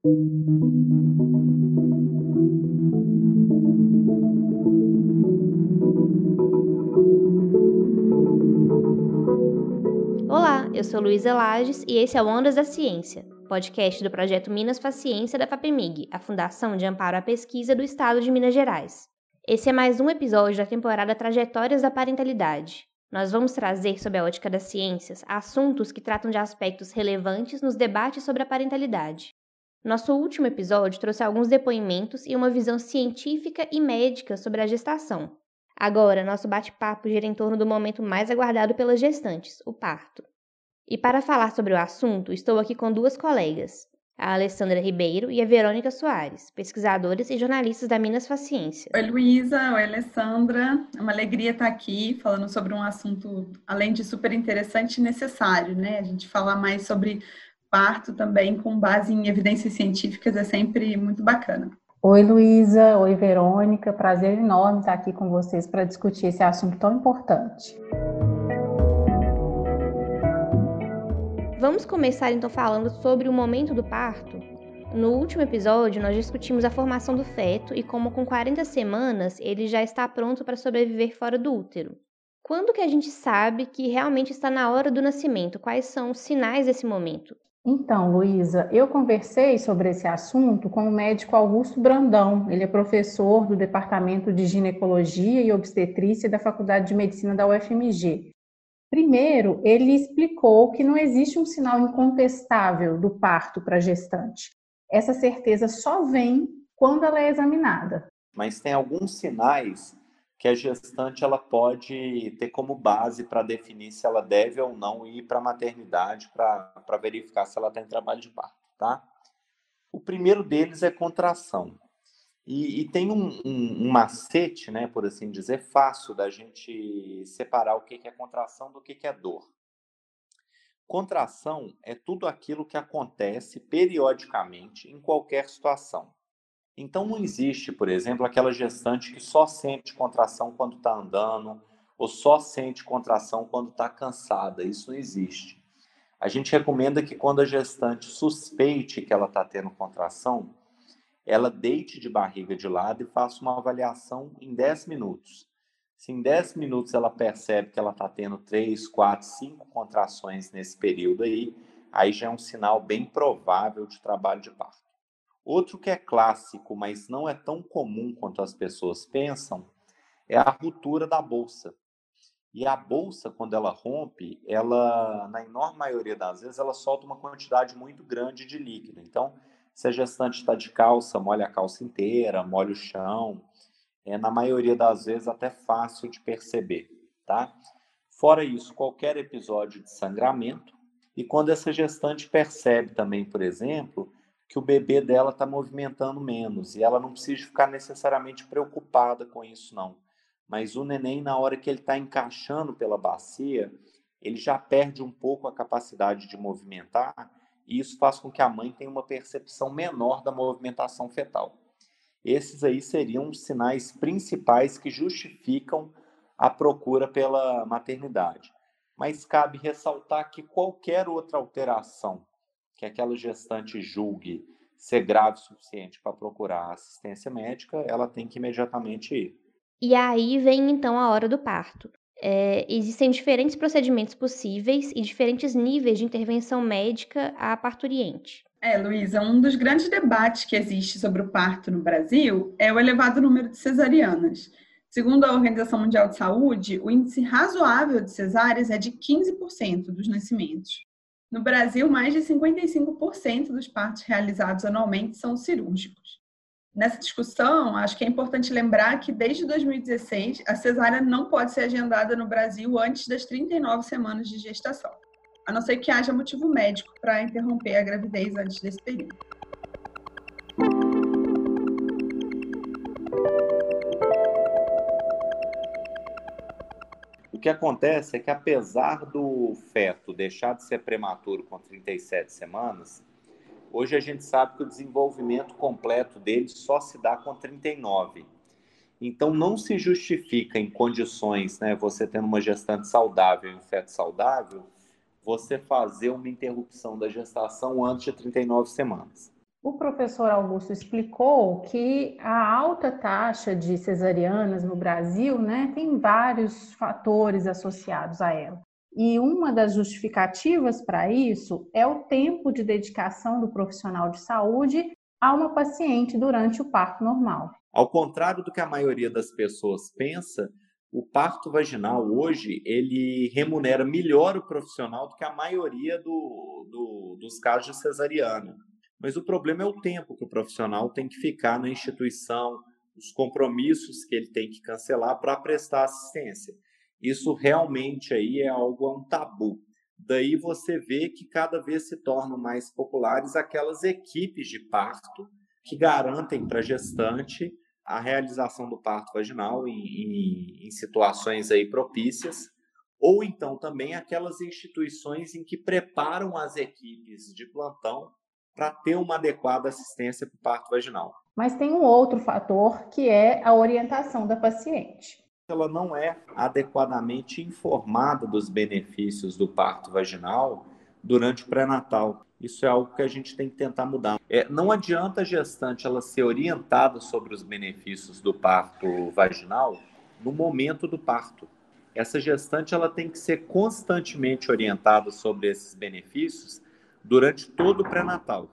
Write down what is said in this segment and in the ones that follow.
Olá, eu sou Luísa Lages e esse é o Ondas da Ciência, podcast do projeto Minas Faz Ciência da FAPEMIG, a Fundação de Amparo à Pesquisa do Estado de Minas Gerais. Esse é mais um episódio da temporada Trajetórias da Parentalidade. Nós vamos trazer, sob a ótica das ciências, assuntos que tratam de aspectos relevantes nos debates sobre a parentalidade. Nosso último episódio trouxe alguns depoimentos e uma visão científica e médica sobre a gestação. Agora, nosso bate-papo gira em torno do momento mais aguardado pelas gestantes, o parto. E para falar sobre o assunto, estou aqui com duas colegas, a Alessandra Ribeiro e a Verônica Soares, pesquisadoras e jornalistas da Minas Faz Ciência. Oi, Luísa. Oi, Alessandra. É uma alegria estar aqui falando sobre um assunto, além de super interessante e necessário, né? A gente falar mais sobre parto também com base em evidências científicas é sempre muito bacana. Oi, Luísa. Oi, Verônica. Prazer enorme estar aqui com vocês para discutir esse assunto tão importante. Vamos começar então falando sobre o momento do parto. No último episódio, nós discutimos a formação do feto e como com 40 semanas ele já está pronto para sobreviver fora do útero. Quando que a gente sabe que realmente está na hora do nascimento? Quais são os sinais desse momento? Então, Luísa, eu conversei sobre esse assunto com o médico Augusto Brandão. Ele é professor do Departamento de Ginecologia e Obstetrícia da Faculdade de Medicina da UFMG. Primeiro, ele explicou que não existe um sinal incontestável do parto para a gestante. Essa certeza só vem quando ela é examinada. Mas tem alguns sinais que a gestante ela pode ter como base para definir se ela deve ou não ir para a maternidade para verificar se ela tem trabalho de parto, tá? O primeiro deles é contração. E tem um macete, né, por assim dizer, fácil da gente separar o que é contração do que é dor. Contração é tudo aquilo que acontece periodicamente em qualquer situação. Então, não existe, por exemplo, aquela gestante que só sente contração quando está andando ou só sente contração quando está cansada. Isso não existe. A gente recomenda que quando a gestante suspeite que ela está tendo contração, ela deite de barriga de lado e faça uma avaliação em 10 minutos. Se em 10 minutos ela percebe que ela está tendo 3, 4, 5 contrações nesse período aí já é um sinal bem provável de trabalho de parto. Outro que é clássico, mas não é tão comum quanto as pessoas pensam, é a ruptura da bolsa. E a bolsa, quando ela rompe, ela, na enorme maioria das vezes, ela solta uma quantidade muito grande de líquido. Então, se a gestante está de calça, molha a calça inteira, molha o chão. Na maioria das vezes, até fácil de perceber, tá? Fora isso, qualquer episódio de sangramento. E quando essa gestante percebe também, por exemplo, que o bebê dela está movimentando menos. E ela não precisa ficar necessariamente preocupada com isso, não. Mas o neném, na hora que ele está encaixando pela bacia, ele já perde um pouco a capacidade de movimentar, e isso faz com que a mãe tenha uma percepção menor da movimentação fetal. Esses aí seriam os sinais principais que justificam a procura pela maternidade. Mas cabe ressaltar que qualquer outra alteração que aquela gestante julgue ser grave o suficiente para procurar assistência médica, ela tem que imediatamente ir. E aí vem então a hora do parto. Existem diferentes procedimentos possíveis e diferentes níveis de intervenção médica à parturiente. Luísa, um dos grandes debates que existe sobre o parto no Brasil é o elevado número de cesarianas. Segundo a Organização Mundial de Saúde, o índice razoável de cesáreas é de 15% dos nascimentos. No Brasil, mais de 55% dos partos realizados anualmente são cirúrgicos. Nessa discussão, acho que é importante lembrar que desde 2016, a cesárea não pode ser agendada no Brasil antes das 39 semanas de gestação, a não ser que haja motivo médico para interromper a gravidez antes desse período. O que acontece é que, apesar do feto deixar de ser prematuro com 37 semanas, hoje a gente sabe que o desenvolvimento completo dele só se dá com 39. Então, não se justifica em condições, né, você tendo uma gestante saudável e um feto saudável, você fazer uma interrupção da gestação antes de 39 semanas. O professor Augusto explicou que a alta taxa de cesarianas no Brasil, né, tem vários fatores associados a ela. E uma das justificativas para isso é o tempo de dedicação do profissional de saúde a uma paciente durante o parto normal. Ao contrário do que a maioria das pessoas pensa, o parto vaginal hoje, ele remunera melhor o profissional do que a maioria dos casos de cesariana. Mas o problema é o tempo que o profissional tem que ficar na instituição, os compromissos que ele tem que cancelar para prestar assistência. Isso realmente aí é um tabu. Daí você vê que cada vez se tornam mais populares aquelas equipes de parto que garantem para a gestante a realização do parto vaginal em situações aí propícias, ou então também aquelas instituições em que preparam as equipes de plantão para ter uma adequada assistência para o parto vaginal. Mas tem um outro fator que é a orientação da paciente. Ela não é adequadamente informada dos benefícios do parto vaginal durante o pré-natal. Isso é algo que a gente tem que tentar mudar. Não adianta a gestante ela ser orientada sobre os benefícios do parto vaginal no momento do parto. Essa gestante ela tem que ser constantemente orientada sobre esses benefícios durante todo o pré-natal.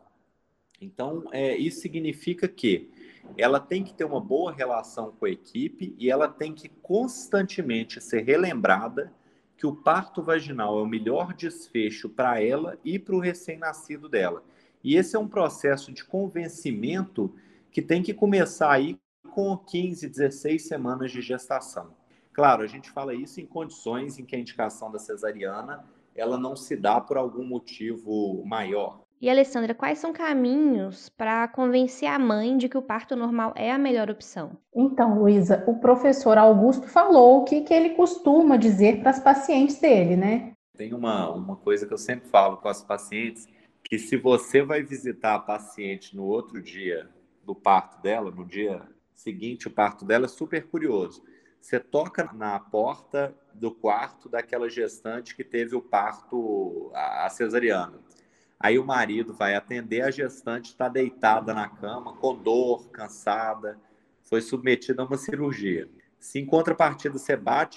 Então, isso significa que ela tem que ter uma boa relação com a equipe e ela tem que constantemente ser relembrada que o parto vaginal é o melhor desfecho para ela e para o recém-nascido dela. E esse é um processo de convencimento que tem que começar aí com 15, 16 semanas de gestação. Claro, a gente fala isso em condições em que a indicação da cesariana ela não se dá por algum motivo maior. E, Alessandra, quais são caminhos para convencer a mãe de que o parto normal é a melhor opção? Então, Luísa, o professor Augusto falou o que ele costuma dizer para as pacientes dele, né? Tem uma coisa que eu sempre falo com as pacientes, que se você vai visitar a paciente no outro dia do parto dela, no dia seguinte o parto dela, é super curioso. Você toca na porta do quarto daquela gestante que teve o parto, a cesariana. Aí o marido vai atender, a gestante está deitada na cama, com dor, cansada, foi submetida a uma cirurgia. Se em contrapartida você bate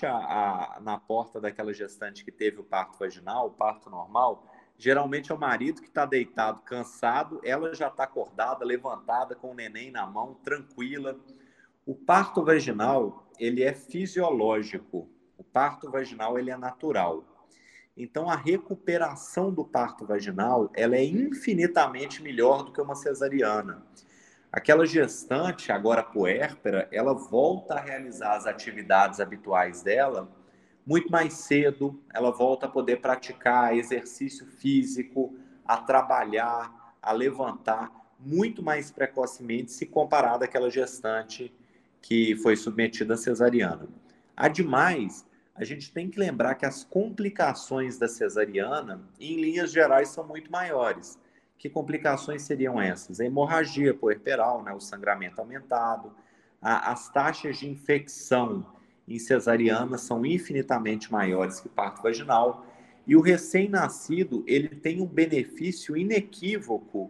na porta daquela gestante que teve o parto vaginal, o parto normal, geralmente é o marido que está deitado, cansado, ela já está acordada, levantada, com o neném na mão, tranquila. O parto vaginal, ele é fisiológico. O parto vaginal, ele é natural. Então, a recuperação do parto vaginal, ela é infinitamente melhor do que uma cesariana. Aquela gestante, agora puérpera, ela volta a realizar as atividades habituais dela muito mais cedo, ela volta a poder praticar exercício físico, a trabalhar, a levantar muito mais precocemente se comparado àquela gestante que foi submetida à cesariana. Ademais, a gente tem que lembrar que as complicações da cesariana, em linhas gerais, são muito maiores. Que complicações seriam essas? A hemorragia puerperal, né, o sangramento aumentado, as taxas de infecção em cesariana são infinitamente maiores que parto vaginal, e o recém-nascido ele tem um benefício inequívoco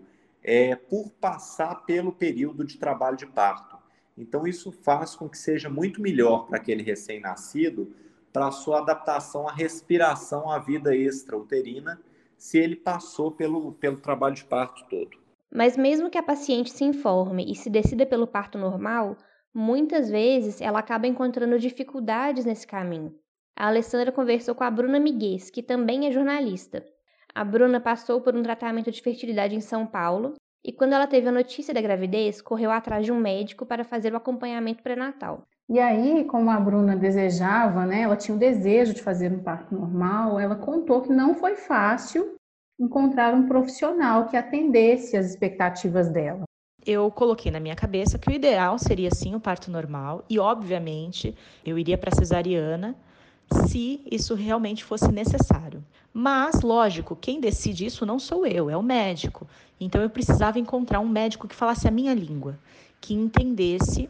por passar pelo período de trabalho de parto. Então, isso faz com que seja muito melhor para aquele recém-nascido para a sua adaptação à respiração à vida extrauterina, se ele passou pelo trabalho de parto todo. Mas mesmo que a paciente se informe e se decida pelo parto normal, muitas vezes ela acaba encontrando dificuldades nesse caminho. A Alessandra conversou com a Bruna Miguez, que também é jornalista. A Bruna passou por um tratamento de fertilidade em São Paulo e quando ela teve a notícia da gravidez, correu atrás de um médico para fazer o acompanhamento pré-natal. E aí, como a Bruna desejava, né, ela tinha o desejo de fazer um parto normal, ela contou que não foi fácil encontrar um profissional que atendesse às expectativas dela. Eu coloquei na minha cabeça que o ideal seria sim o parto normal e, obviamente, eu iria para a cesariana se isso realmente fosse necessário. Mas, lógico, quem decide isso não sou eu, é o médico. Então, eu precisava encontrar um médico que falasse a minha língua, que entendesse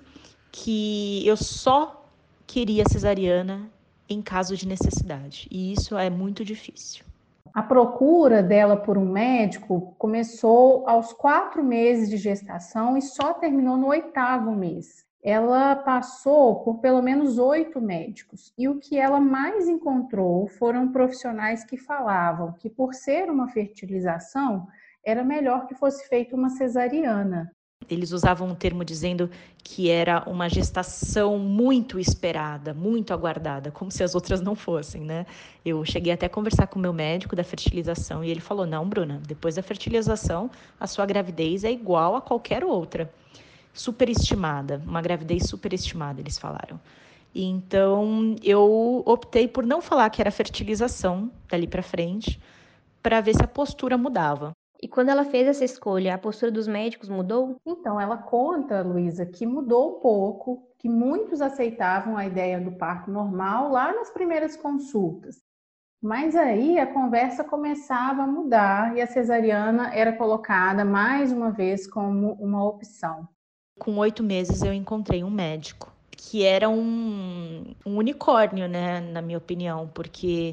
que eu só queria cesariana em caso de necessidade. E isso é muito difícil. A procura dela por um médico começou aos 4 meses de gestação e só terminou no 8º mês. Ela passou por pelo menos 8 médicos e o que ela mais encontrou foram profissionais que falavam que, por ser uma fertilização, era melhor que fosse feita uma cesariana. Eles usavam um termo dizendo que era uma gestação muito esperada, muito aguardada, como se as outras não fossem, né? Eu cheguei até a conversar com o meu médico da fertilização e ele falou, não, Bruna, depois da fertilização, a sua gravidez é igual a qualquer outra. Superestimada, uma gravidez superestimada, eles falaram. Então, eu optei por não falar que era fertilização dali para frente, para ver se a postura mudava. E quando ela fez essa escolha, a postura dos médicos mudou? Então, ela conta, Luísa, que mudou um pouco, que muitos aceitavam a ideia do parto normal lá nas primeiras consultas. Mas aí a conversa começava a mudar e a cesariana era colocada mais uma vez como uma opção. Com 8 meses eu encontrei um médico, que era um unicórnio, né, na minha opinião, porque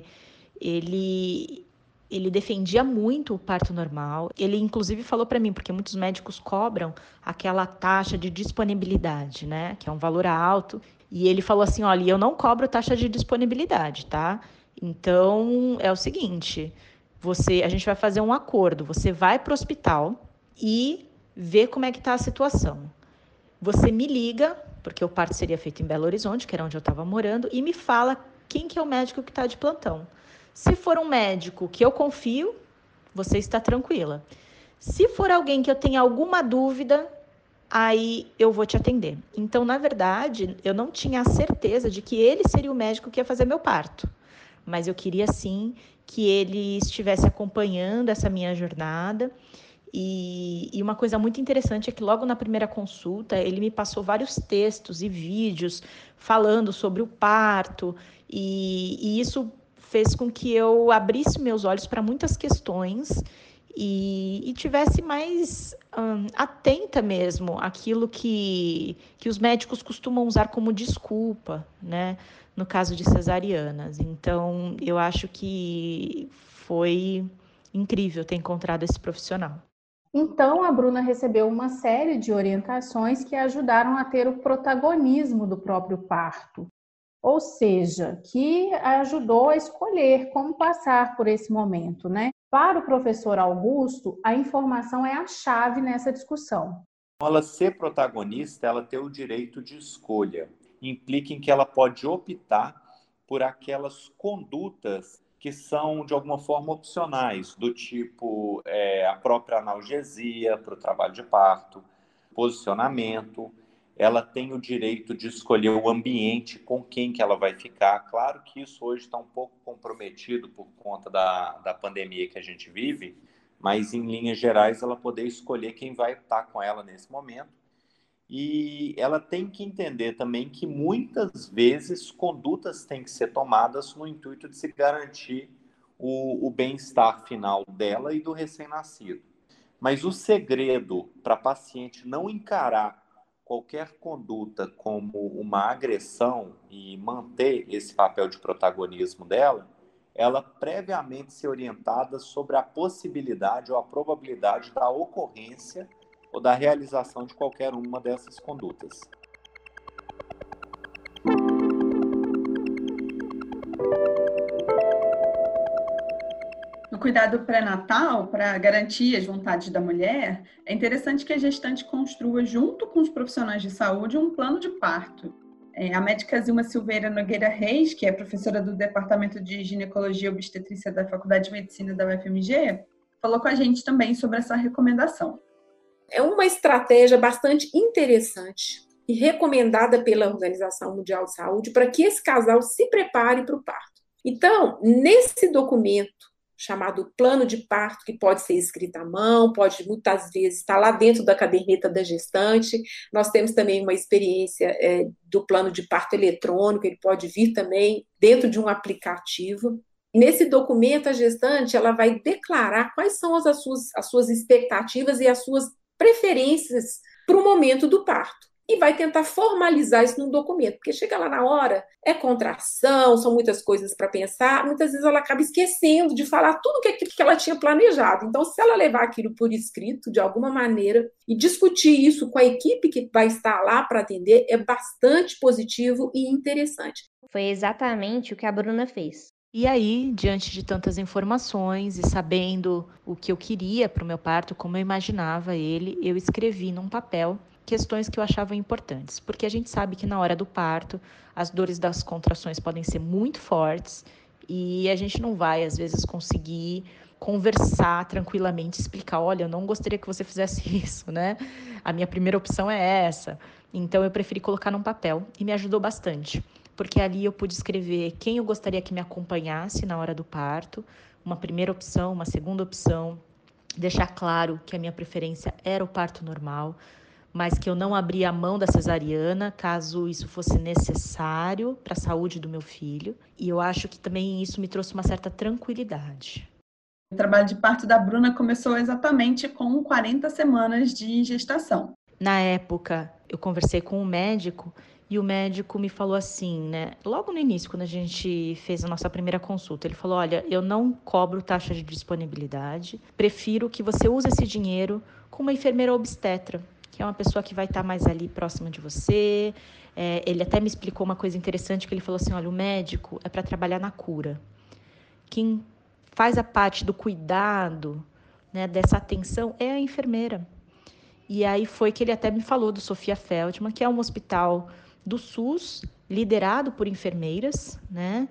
ele defendia muito o parto normal. Ele, inclusive, falou para mim, porque muitos médicos cobram aquela taxa de disponibilidade, né? Que é um valor alto. E ele falou assim, olha, eu não cobro taxa de disponibilidade, tá? Então, é o seguinte, a gente vai fazer um acordo. Você vai para o hospital e vê como é que está a situação. Você me liga, porque o parto seria feito em Belo Horizonte, que era onde eu estava morando, e me fala quem que é o médico que está de plantão. Se for um médico que eu confio, você está tranquila. Se for alguém que eu tenha alguma dúvida, aí eu vou te atender. Então, na verdade, eu não tinha a certeza de que ele seria o médico que ia fazer meu parto. Mas eu queria, sim, que ele estivesse acompanhando essa minha jornada. E uma coisa muito interessante é que logo na primeira consulta, ele me passou vários textos e vídeos falando sobre o parto. E isso fez com que eu abrisse meus olhos para muitas questões e tivesse mais atenta mesmo àquilo que os médicos costumam usar como desculpa, né, no caso de cesarianas. Então, eu acho que foi incrível ter encontrado esse profissional. Então, a Bruna recebeu uma série de orientações que ajudaram a ter o protagonismo do próprio parto. Ou seja, que ajudou a escolher como passar por esse momento, né? Para o professor Augusto, a informação é a chave nessa discussão. Ela ser protagonista, ela ter o direito de escolha. Implica em que ela pode optar por aquelas condutas que são, de alguma forma, opcionais, do tipo a própria analgesia para o trabalho de parto, posicionamento. Ela tem o direito de escolher o ambiente com quem que ela vai ficar. Claro que isso hoje está um pouco comprometido por conta da pandemia que a gente vive, mas em linhas gerais ela poder escolher quem vai estar com ela nesse momento. E ela tem que entender também que muitas vezes condutas têm que ser tomadas no intuito de se garantir o bem-estar final dela e do recém-nascido. Mas o segredo para a paciente não encarar qualquer conduta como uma agressão e manter esse papel de protagonismo dela, ela previamente ser orientada sobre a possibilidade ou a probabilidade da ocorrência ou da realização de qualquer uma dessas condutas. No cuidado pré-natal, para garantir as vontades da mulher, é interessante que a gestante construa, junto com os profissionais de saúde, um plano de parto. A médica Zilma Silveira Nogueira Reis, que é professora do Departamento de Ginecologia e Obstetrícia da Faculdade de Medicina da UFMG, falou com a gente também sobre essa recomendação. É uma estratégia bastante interessante e recomendada pela Organização Mundial de Saúde para que esse casal se prepare para o parto. Então, nesse documento chamado plano de parto, que pode ser escrito à mão, pode muitas vezes estar lá dentro da caderneta da gestante. Nós temos também uma experiência do plano de parto eletrônico, ele pode vir também dentro de um aplicativo. Nesse documento, a gestante ela vai declarar quais são as suas expectativas e as suas preferências para o momento do parto. e vai tentar formalizar isso num documento, porque chega lá na hora, é contração, são muitas coisas para pensar, muitas vezes ela acaba esquecendo de falar tudo que ela tinha planejado. Então, se ela levar aquilo por escrito, de alguma maneira, e discutir isso com a equipe que vai estar lá para atender, é bastante positivo e interessante. Foi exatamente o que a Bruna fez. E aí, diante de tantas informações e sabendo o que eu queria para o meu parto, como eu imaginava ele, eu escrevi num papel questões que eu achava importantes, porque a gente sabe que na hora do parto as dores das contrações podem ser muito fortes e a gente não vai, às vezes, conseguir conversar tranquilamente, explicar, olha, eu não gostaria que você fizesse isso, né? A minha primeira opção é essa. Então, eu preferi colocar num papel e me ajudou bastante, porque ali eu pude escrever quem eu gostaria que me acompanhasse na hora do parto, uma primeira opção, uma segunda opção, deixar claro que a minha preferência era o parto normal, mas que eu não abria a mão da cesariana caso isso fosse necessário para a saúde do meu filho. E eu acho que também isso me trouxe uma certa tranquilidade. O trabalho de parto da Bruna começou exatamente com 40 semanas de gestação. Na época, eu conversei com um médico e o médico me falou assim, né? Logo no início, quando a gente fez a nossa primeira consulta, ele falou: olha, eu não cobro taxa de disponibilidade, prefiro que você use esse dinheiro com uma enfermeira obstetra, que é uma pessoa que vai estar mais ali próxima de você. Ele até me explicou uma coisa interessante, que ele falou assim: olha, o médico é para trabalhar na cura. Quem faz a parte do cuidado, né, dessa atenção é a enfermeira. E aí foi que ele até me falou do Sofia Feldman, que é um hospital do SUS, liderado por enfermeiras, né?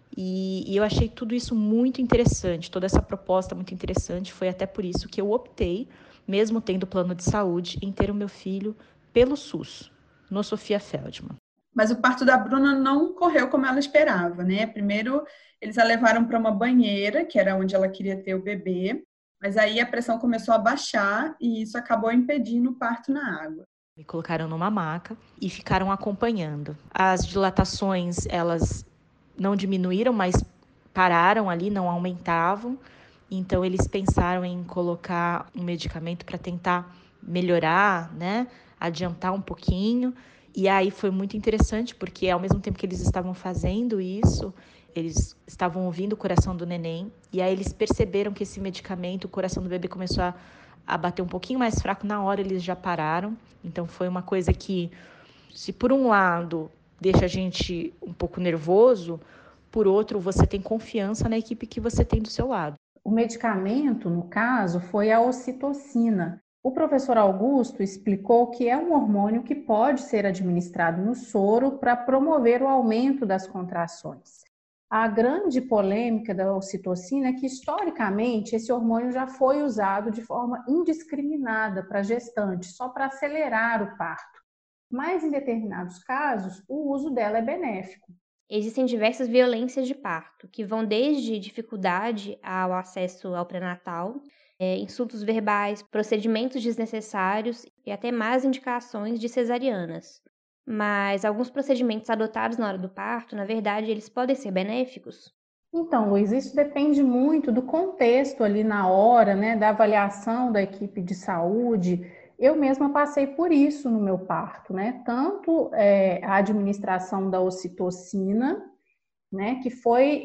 E eu achei tudo isso muito interessante, toda essa proposta muito interessante. Foi até por isso que eu optei, mesmo tendo plano de saúde, em ter o meu filho pelo SUS, no Sofia Feldman. Mas o parto da Bruna não correu como ela esperava, né? Primeiro, eles a levaram para uma banheira, que era onde ela queria ter o bebê, mas aí a pressão começou a baixar e isso acabou impedindo o parto na água. Me colocaram numa maca e ficaram acompanhando. As dilatações, elas não diminuíram, mas pararam ali, não aumentavam. Então, eles pensaram em colocar um medicamento para tentar melhorar, né? Adiantar um pouquinho. E aí foi muito interessante, porque ao mesmo tempo que eles estavam fazendo isso, eles estavam ouvindo o coração do neném. E aí eles perceberam que esse medicamento, o coração do bebê começou a bater um pouquinho mais fraco. Na hora eles já pararam. Então foi uma coisa que, se por um lado deixa a gente um pouco nervoso, por outro você tem confiança na equipe que você tem do seu lado. O medicamento, no caso, foi a ocitocina. O professor Augusto explicou que é um hormônio que pode ser administrado no soro para promover o aumento das contrações. A grande polêmica da ocitocina é que, historicamente, esse hormônio já foi usado de forma indiscriminada para gestantes, só para acelerar o parto. Mas, em determinados casos, o uso dela é benéfico. Existem diversas violências de parto, que vão desde dificuldade ao acesso ao pré-natal, insultos verbais, procedimentos desnecessários e até más indicações de cesarianas. Mas alguns procedimentos adotados na hora do parto, na verdade, eles podem ser benéficos? Então, Luiz, isso depende muito do contexto ali na hora, né, da avaliação da equipe de saúde. Eu mesma passei por isso no meu parto, né? Tanto a administração da ocitocina, né? Que foi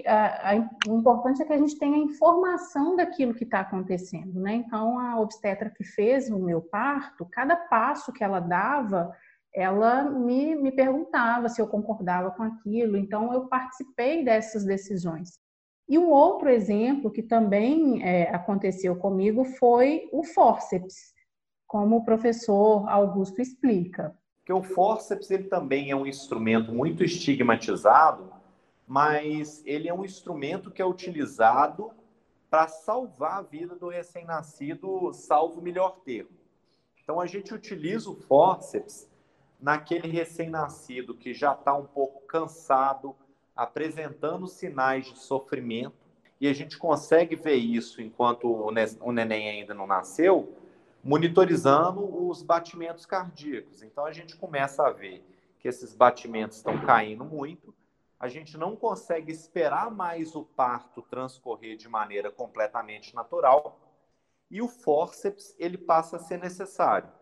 o importante é que a gente tenha informação daquilo que está acontecendo, né? Então, a obstetra que fez o meu parto, cada passo que ela dava, ela me perguntava se eu concordava com aquilo. Então, eu participei dessas decisões. E um outro exemplo que também aconteceu comigo foi o fórceps, como o professor Augusto explica. Porque o fórceps ele também é um instrumento muito estigmatizado, mas ele é um instrumento que é utilizado para salvar a vida do recém-nascido, salvo o melhor termo. Então, a gente utiliza o fórceps naquele recém-nascido que já está um pouco cansado, apresentando sinais de sofrimento, e a gente consegue ver isso enquanto o neném ainda não nasceu, monitorizando os batimentos cardíacos. Então, a gente começa a ver que esses batimentos estão caindo muito, a gente não consegue esperar mais o parto transcorrer de maneira completamente natural, e o fórceps ele passa a ser necessário.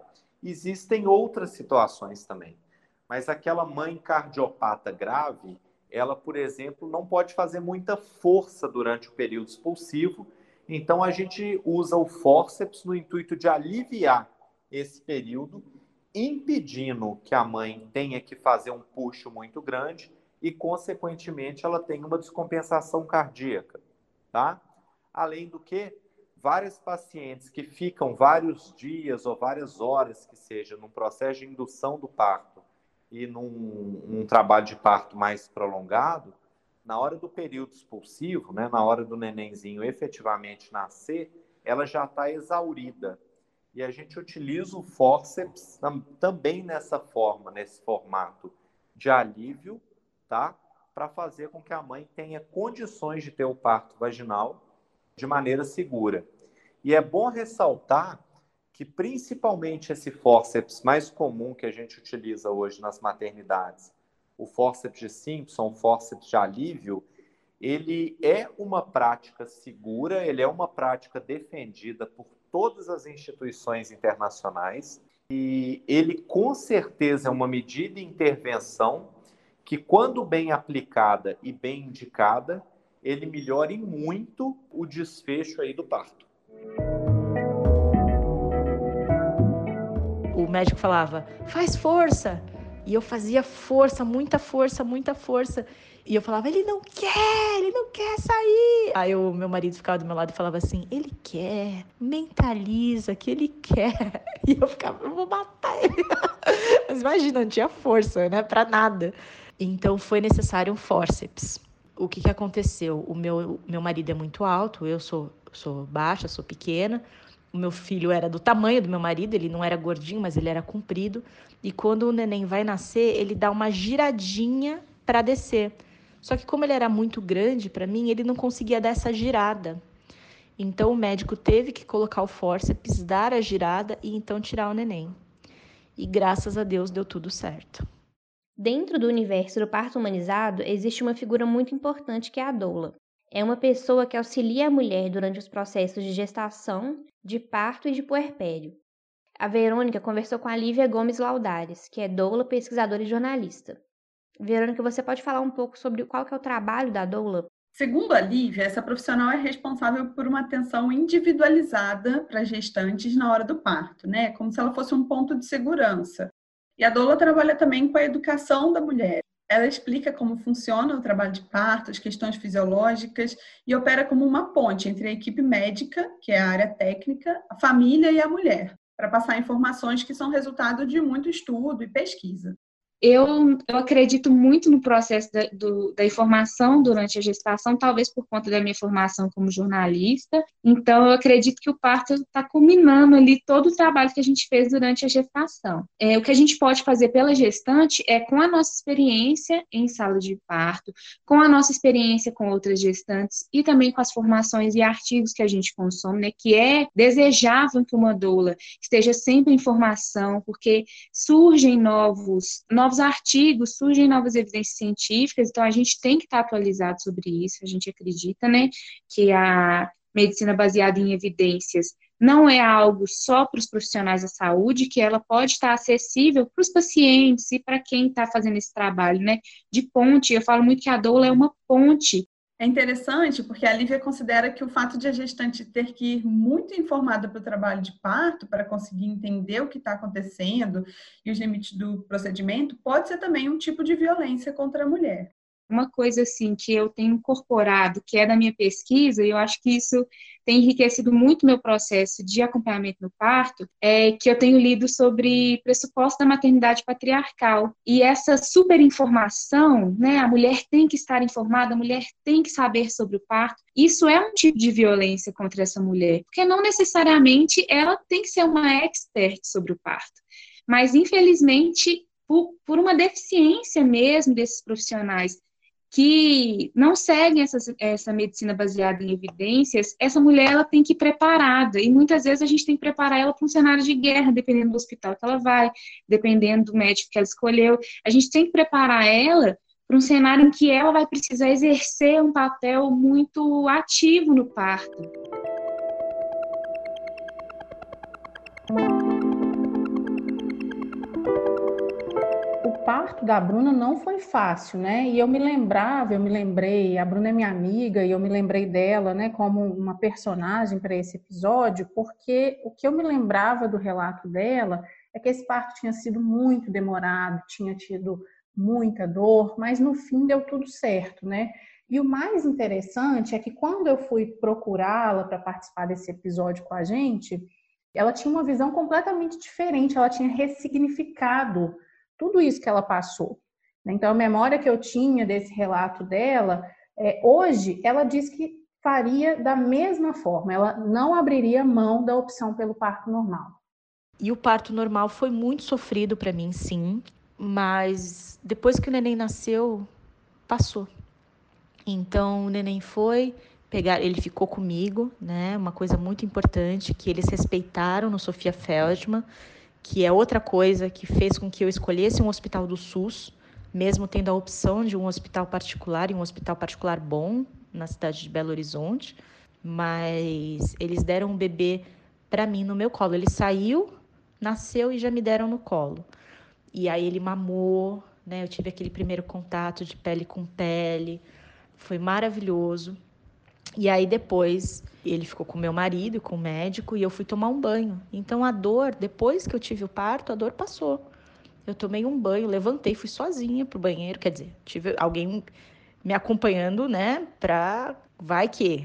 Existem outras situações também, mas aquela mãe cardiopata grave, ela, por exemplo, não pode fazer muita força durante o período expulsivo, então a gente usa o fórceps no intuito de aliviar esse período, impedindo que a mãe tenha que fazer um puxo muito grande e, consequentemente, ela tenha uma descompensação cardíaca, tá? Além do que, várias pacientes que ficam vários dias ou várias horas, que seja, num processo de indução do parto e num trabalho de parto mais prolongado, na hora do período expulsivo, né, na hora do nenenzinho efetivamente nascer, ela já está exaurida. E a gente utiliza o fórceps também nessa forma, nesse formato de alívio, tá? Para fazer com que a mãe tenha condições de ter o parto vaginal de maneira segura. E é bom ressaltar que, principalmente esse fórceps mais comum que a gente utiliza hoje nas maternidades, o fórceps de Simpson, o fórceps de alívio, ele é uma prática segura, ele é uma prática defendida por todas as instituições internacionais e ele, com certeza, é uma medida de intervenção que, quando bem aplicada e bem indicada, ele melhora muito o desfecho aí do parto. O médico falava, faz força. E eu fazia força, muita força, muita força. E eu falava, ele não quer sair. Aí o meu marido ficava do meu lado e falava assim, ele quer, mentaliza que ele quer. E eu ficava, eu vou matar ele. Mas imagina, não tinha força, né, pra nada. Então foi necessário um fórceps. O que aconteceu? O meu marido é muito alto, eu sou baixa, sou pequena. O meu filho era do tamanho do meu marido, ele não era gordinho, mas ele era comprido. E quando o neném vai nascer, ele dá uma giradinha para descer. Só que como ele era muito grande para mim, ele não conseguia dar essa girada. Então o médico teve que colocar o fórceps, dar a girada e então tirar o neném. E graças a Deus deu tudo certo. Dentro do universo do parto humanizado, existe uma figura muito importante que é a doula. É uma pessoa que auxilia a mulher durante os processos de gestação, de parto e de puerpério. A Verônica conversou com a Lívia Gomes Laudares, que é doula, pesquisadora e jornalista. Verônica, você pode falar um pouco sobre qual que é o trabalho da doula? Segundo a Lívia, essa profissional é responsável por uma atenção individualizada para gestantes na hora do parto, né? Como se ela fosse um ponto de segurança. E a doula trabalha também com a educação da mulher. Ela explica como funciona o trabalho de parto, as questões fisiológicas e opera como uma ponte entre a equipe médica, que é a área técnica, a família e a mulher, para passar informações que são resultado de muito estudo e pesquisa. Eu acredito muito no processo da informação durante a gestação, talvez por conta da minha formação como jornalista. Então, eu acredito que o parto está culminando ali todo o trabalho que a gente fez durante a gestação. O que a gente pode fazer pela gestante é, com a nossa experiência em sala de parto, com a nossa experiência com outras gestantes e também com as formações e artigos que a gente consome, né, que é desejável que uma doula esteja sempre em formação, porque surgem novos artigos, surgem novas evidências científicas, então a gente tem que estar atualizado sobre isso. A gente acredita, né, que a medicina baseada em evidências não é algo só para os profissionais da saúde, que ela pode estar acessível para os pacientes e para quem está fazendo esse trabalho, né, de ponte. Eu falo muito que a doula é uma ponte. É interessante porque a Lívia considera que o fato de a gestante ter que ir muito informada para o trabalho de parto, para conseguir entender o que está acontecendo e os limites do procedimento, pode ser também um tipo de violência contra a mulher. Uma coisa assim que eu tenho incorporado, que é da minha pesquisa, e eu acho que isso tem enriquecido muito meu processo de acompanhamento no parto, é que eu tenho lido sobre pressupostos da maternidade patriarcal. E essa superinformação, né, a mulher tem que estar informada, a mulher tem que saber sobre o parto, isso é um tipo de violência contra essa mulher, porque não necessariamente ela tem que ser uma expert sobre o parto, mas infelizmente, por uma deficiência mesmo desses profissionais, que não seguem essa medicina baseada em evidências, essa mulher ela tem que ir preparada, e muitas vezes a gente tem que preparar ela para um cenário de guerra, dependendo do hospital que ela vai, dependendo do médico que ela escolheu, a gente tem que preparar ela para um cenário em que ela vai precisar exercer um papel muito ativo no parto. parto da Bruna não foi fácil, né? E eu me lembrei, a Bruna é minha amiga, e eu me lembrei dela, né, como uma personagem para esse episódio, porque o que eu me lembrava do relato dela é que esse parto tinha sido muito demorado, tinha tido muita dor, mas no fim deu tudo certo, né? E o mais interessante é que quando eu fui procurá-la para participar desse episódio com a gente, ela tinha uma visão completamente diferente, ela tinha ressignificado tudo isso que ela passou. Então, a memória que eu tinha desse relato dela, hoje, ela diz que faria da mesma forma, ela não abriria mão da opção pelo parto normal. E o parto normal foi muito sofrido para mim, sim, mas depois que o neném nasceu, passou. Então, o neném foi ele ficou comigo, né? Uma coisa muito importante que eles respeitaram no Sofia Feldman, que é outra coisa que fez com que eu escolhesse um hospital do SUS, mesmo tendo a opção de um hospital particular, e um hospital particular bom, na cidade de Belo Horizonte. Mas eles deram um bebê para mim no meu colo. Ele saiu, nasceu e já me deram no colo. E aí ele mamou, né? Eu tive aquele primeiro contato de pele com pele. Foi maravilhoso. E aí depois ele ficou com meu marido, com o médico, e eu fui tomar um banho. Então a dor, depois que eu tive o parto, a dor passou. Eu tomei um banho, levantei, fui sozinha pro banheiro, quer dizer, tive alguém me acompanhando, né, vai que.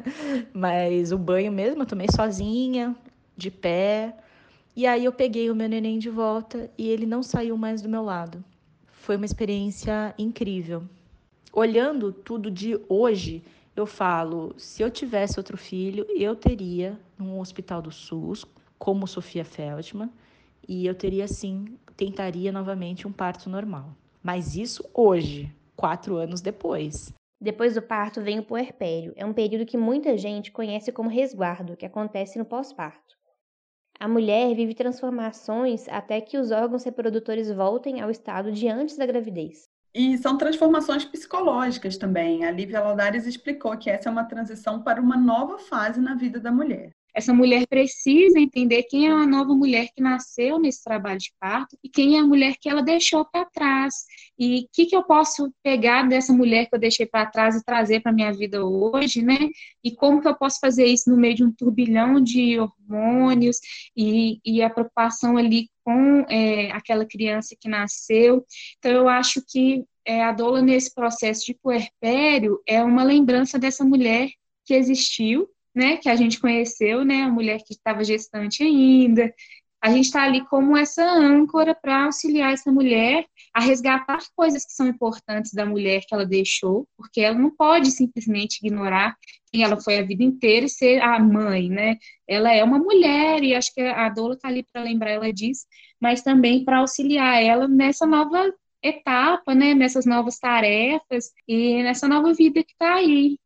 Mas o banho mesmo eu tomei sozinha, de pé. E aí eu peguei o meu neném de volta e ele não saiu mais do meu lado. Foi uma experiência incrível. Olhando tudo de hoje, eu falo, se eu tivesse outro filho, eu teria num hospital do SUS, como Sofia Feldman, e eu teria, sim, tentaria novamente um parto normal. Mas isso hoje, 4 anos depois. Depois do parto vem o puerpério. É um período que muita gente conhece como resguardo, que acontece no pós-parto. A mulher vive transformações até que os órgãos reprodutores voltem ao estado de antes da gravidez. E são transformações psicológicas também. A Lívia Laudares explicou que essa é uma transição para uma nova fase na vida da mulher. Essa mulher precisa entender quem é a nova mulher que nasceu nesse trabalho de parto e quem é a mulher que ela deixou para trás. E o que eu posso pegar dessa mulher que eu deixei para trás e trazer para a minha vida hoje, né? E como que eu posso fazer isso no meio de um turbilhão de hormônios e a preocupação ali com aquela criança que nasceu. Então, eu acho que a doula, nesse processo de puerpério, é uma lembrança dessa mulher que existiu, né, que a gente conheceu, né, a mulher que estava gestante ainda. A gente está ali como essa âncora para auxiliar essa mulher a resgatar coisas que são importantes da mulher que ela deixou, porque ela não pode simplesmente ignorar quem ela foi a vida inteira e ser a mãe, né? Ela é uma mulher e acho que a doula está ali para lembrar ela disso, mas também para auxiliar ela nessa nova etapa, né, nessas novas tarefas e nessa nova vida que está aí.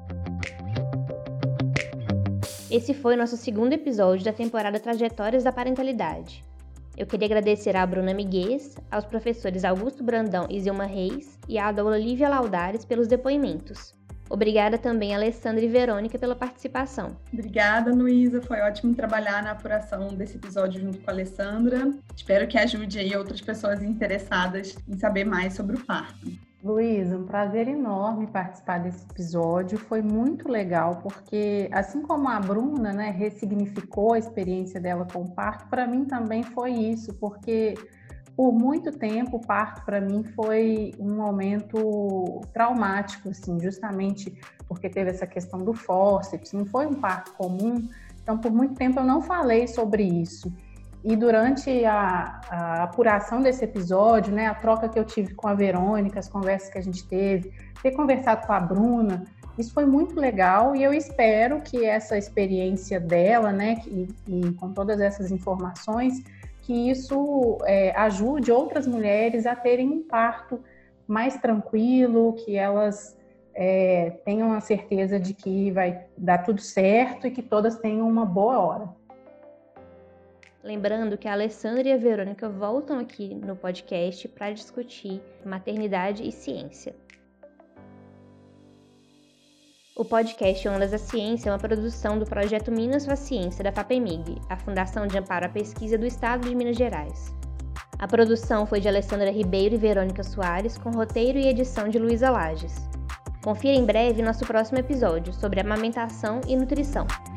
Esse foi o nosso segundo episódio da temporada Trajetórias da Parentalidade. Eu queria agradecer à Bruna Miguez, aos professores Augusto Brandão e Zilma Reis e à doula Lívia Laudares pelos depoimentos. Obrigada também a Alessandra e Verônica pela participação. Obrigada, Luísa. Foi ótimo trabalhar na apuração desse episódio junto com a Alessandra. Espero que ajude aí outras pessoas interessadas em saber mais sobre o parto. Luísa, um prazer enorme participar desse episódio. Foi muito legal, porque assim como a Bruna, né, ressignificou a experiência dela com o parto, para mim também foi isso, porque por muito tempo o parto para mim foi um momento traumático, assim, justamente porque teve essa questão do fórceps, não foi um parto comum, então por muito tempo eu não falei sobre isso. E durante a apuração desse episódio, né, a troca que eu tive com a Verônica, as conversas que a gente teve, ter conversado com a Bruna, isso foi muito legal e eu espero que essa experiência dela, né, e com todas essas informações, que isso ajude outras mulheres a terem um parto mais tranquilo, que elas tenham a certeza de que vai dar tudo certo e que todas tenham uma boa hora. Lembrando que a Alessandra e a Verônica voltam aqui no podcast para discutir maternidade e ciência. O podcast Ondas da Ciência é uma produção do projeto Minas Ciência da FAPEMIG, a Fundação de Amparo à Pesquisa do Estado de Minas Gerais. A produção foi de Alessandra Ribeiro e Verônica Soares, com roteiro e edição de Luísa Lages. Confira em breve nosso próximo episódio sobre amamentação e nutrição.